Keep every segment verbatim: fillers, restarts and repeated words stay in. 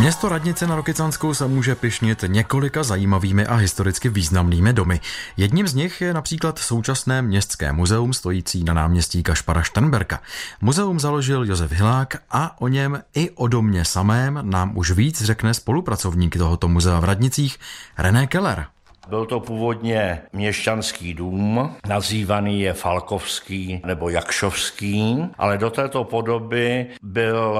Město Radnice na Rokycansku se může pyšnit několika zajímavými a historicky významnými domy. Jedním z nich je například současné městské muzeum stojící na náměstí Kašpara Šternberka. Muzeum založil Josef Hilák a o něm i o domě samém nám už víc řekne spolupracovník tohoto muzea v Radnicích René Keller. Byl to původně měšťanský dům, nazývaný je Falkovský nebo Jakšovský, ale do této podoby byl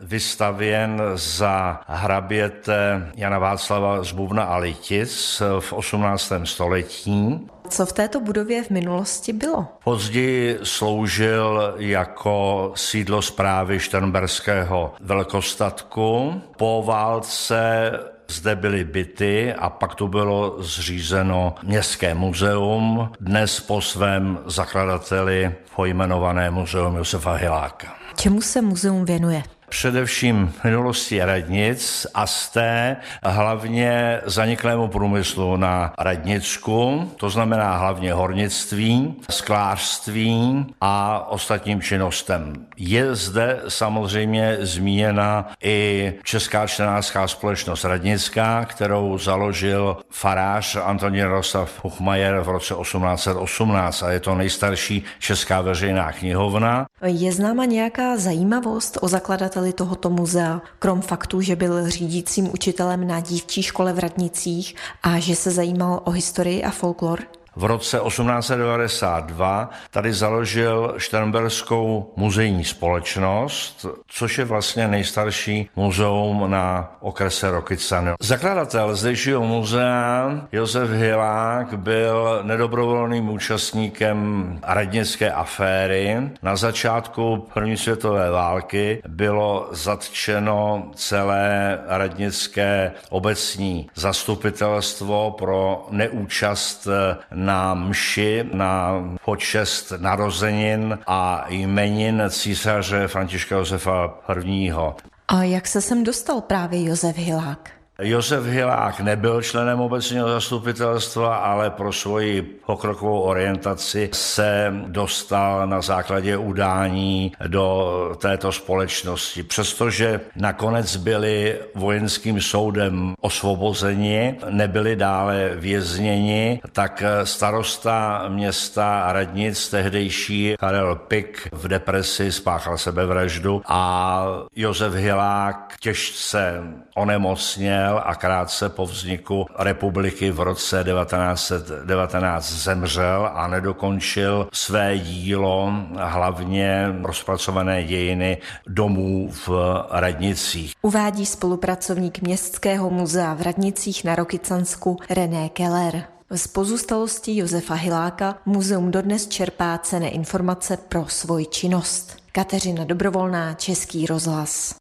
vystavěn za hraběte Jana Václava z Bubna a Litic v osmnáctém století. Co v této budově v minulosti bylo? Později sloužil jako sídlo správy šternberského velkostatku. Po válce zde byly byty a pak tu bylo zřízeno městské muzeum, dnes po svém zakladateli pojmenované muzeum Josefa Hiláka. Čemu se muzeum věnuje? Především minulosti Radnic a z té hlavně zaniklému průmyslu na Radnicku, to znamená hlavně hornictví, sklářství a ostatním činnostem. Je zde samozřejmě zmíněna i Česká čtenářská společnost Radnická, kterou založil farář Antonín Jaroslav Puchmajer v roce osmnáct set osmnáct a je to nejstarší česká veřejná knihovna. Je známa nějaká zajímavost o zakladateli tohoto muzea, krom faktu, že byl řídícím učitelem na dívčí škole v Radnicích a že se zajímal o historii a folklor? V roce osmnáct set devadesát dva tady založil Šternberskou muzejní společnost, což je vlastně nejstarší muzeum na okrese Rokycany. Zakladatel zdejšího muzea Josef Hilák byl nedobrovolným účastníkem radnické aféry. Na začátku první světové války bylo zatčeno celé radnické obecní zastupitelstvo pro neúčast na mši na počest narozenin a jmenin císaře Františka Josefa prvního. A jak se sem dostal právě Josef Hilák? Josef Hilák nebyl členem obecního zastupitelstva, ale pro svoji pokrokovou orientaci se dostal na základě udání do této společnosti. Přestože nakonec byli vojenským soudem osvobozeni, nebyli dále vězněni, tak starosta města Radnic, tehdejší Karel Pik, v depresi spáchal sebevraždu a Josef Hilák těžce onemocněl a krátce po vzniku republiky v roce devatenáct set devatenáct zemřel a nedokončil své dílo, hlavně rozpracované dějiny domů v Radnicích. Uvádí spolupracovník Městského muzea v Radnicích na Rokycansku René Keller. Z pozůstalosti Josefa Hiláka muzeum dodnes čerpá cenné informace pro svoji činnost. Kateřina Dobrovolná, Český rozhlas.